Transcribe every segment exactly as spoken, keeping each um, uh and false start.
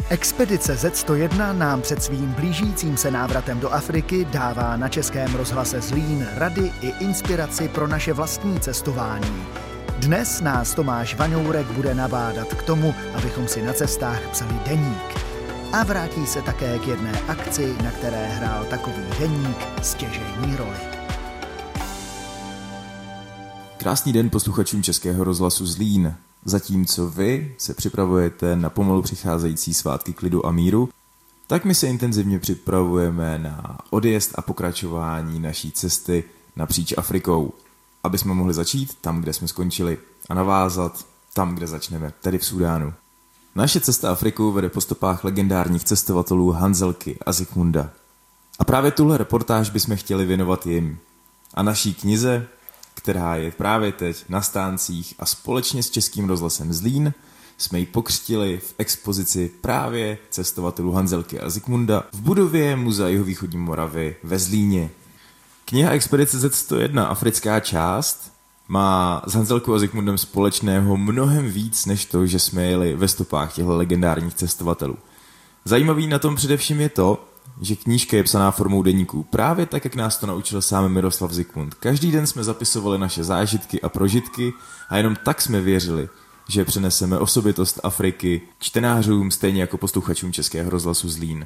Expedice zet sto jedna nám před svým blížícím se návratem do Afriky dává na Českém rozhlase Zlín rady i inspiraci pro naše vlastní cestování. Dnes nás Tomáš Vaňourek bude nabádat k tomu, abychom si na cestách psali deník. A vrátí se také k jedné akci, na které hrál takový deník stěžejní roli. Krásný den posluchačům Českého rozhlasu Zlín. Zatímco vy se připravujete na pomalu přicházející svátky klidu a míru, tak my se intenzivně připravujeme na odjezd a pokračování naší cesty napříč Afrikou, aby jsme mohli začít tam, kde jsme skončili a navázat tam, kde začneme, tedy v Súdánu. Naše cesta Afrikou vede po stopách legendárních cestovatelů Hanzelky a Zikmunda. A právě tuhle reportáž bychom chtěli věnovat jim a naší knize, která je právě teď na stáncích, a společně s Českým rozhlasem Zlín jsme ji pokřtili v expozici právě cestovatelů Hanzelky a Zikmunda v budově Muzea jihovýchodní Moravy ve Zlíně. Kniha Expedice zet sto jedna, africká část, má s Hanzelkou a Zikmundem společného mnohem víc než to, že jsme jeli ve stopách těchto legendárních cestovatelů. Zajímavý na tom především je to, že knížka je psaná formou deníků, právě tak, jak nás to naučil sám Miroslav Zikmund. Každý den jsme zapisovali naše zážitky a prožitky a jenom tak jsme věřili, že přeneseme osobitost Afriky čtenářům, stejně jako posluchačům Českého rozhlasu Zlín.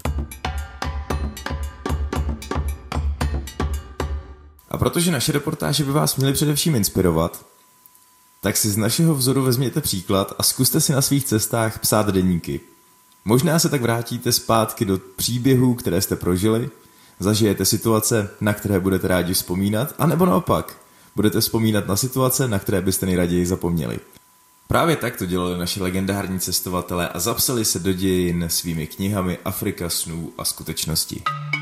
A protože naše reportáže by vás měly především inspirovat, tak si z našeho vzoru vezměte příklad a zkuste si na svých cestách psát deníky. Možná se tak vrátíte zpátky do příběhů, které jste prožili, zažijete situace, na které budete rádi vzpomínat, anebo naopak, budete vzpomínat na situace, na které byste nejraději zapomněli. Právě tak to dělali naši legendární cestovatelé a zapsali se do dějin svými knihami Afrika snů a skutečnosti.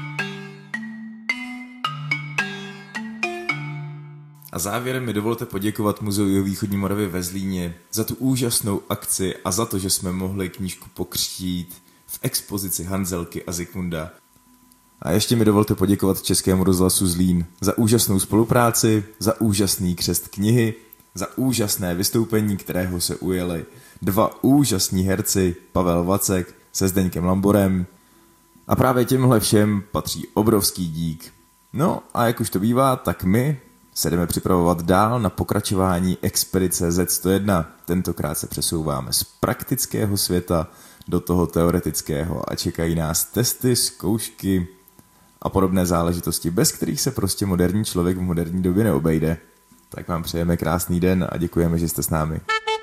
A závěrem mi dovolte poděkovat Muzeu jihovýchodní Moravy ve Zlíně za tu úžasnou akci a za to, že jsme mohli knížku pokřtít v expozici Hanzelky a Zikmunda. A ještě mi dovolte poděkovat Českému rozhlasu Zlín za úžasnou spolupráci, za úžasný křest knihy, za úžasné vystoupení, kterého se ujeli dva úžasní herci, Pavel Vacek se Zdeňkem Lamborem. A právě těmhle všem patří obrovský dík. No a jak už to bývá, tak my se jdeme připravovat dál na pokračování expedice zet sto jedna. Tentokrát se přesouváme z praktického světa do toho teoretického a čekají nás testy, zkoušky a podobné záležitosti, bez kterých se prostě moderní člověk v moderní době neobejde. Tak vám přejeme krásný den a děkujeme, že jste s námi.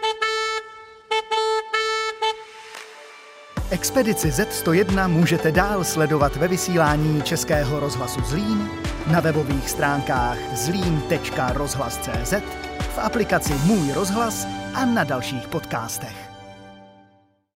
Expedici zet sto jedna můžete dál sledovat ve vysílání Českého rozhlasu Zlín, na webových stránkách zlín tečka rozhlas tečka cé zet, v aplikaci Můj rozhlas a na dalších podcastech.